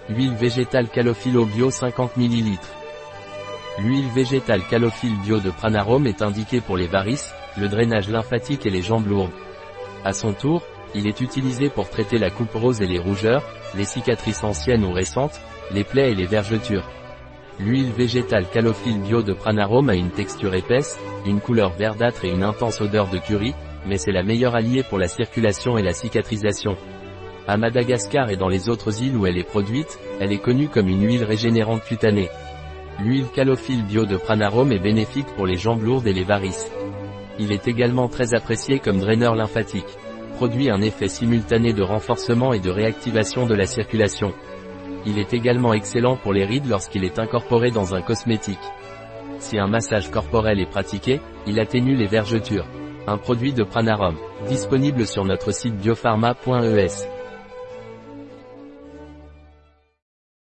Huile végétale Calophylle bio 50 ml. L'huile végétale Calophylle bio de Pranarome est indiquée pour les varices, le drainage lymphatique et les jambes lourdes. À son tour, il est utilisé pour traiter la coupe rose et les rougeurs, les cicatrices anciennes ou récentes, les plaies et les vergetures. L'huile végétale Calophylle bio de Pranarome a une texture épaisse, une couleur verdâtre et une intense odeur de curry, mais c'est la meilleure alliée pour la circulation et la cicatrisation. À Madagascar et dans les autres îles où elle est produite, elle est connue comme une huile régénérante cutanée. L'huile Calophylle bio de Pranarome est bénéfique pour les jambes lourdes et les varices. Il est également très apprécié comme draineur lymphatique. Produit un effet simultané de renforcement et de réactivation de la circulation. Il est également excellent pour les rides lorsqu'il est incorporé dans un cosmétique. Si un massage corporel est pratiqué, il atténue les vergetures. Un produit de Pranarome, disponible sur notre site biopharma.es.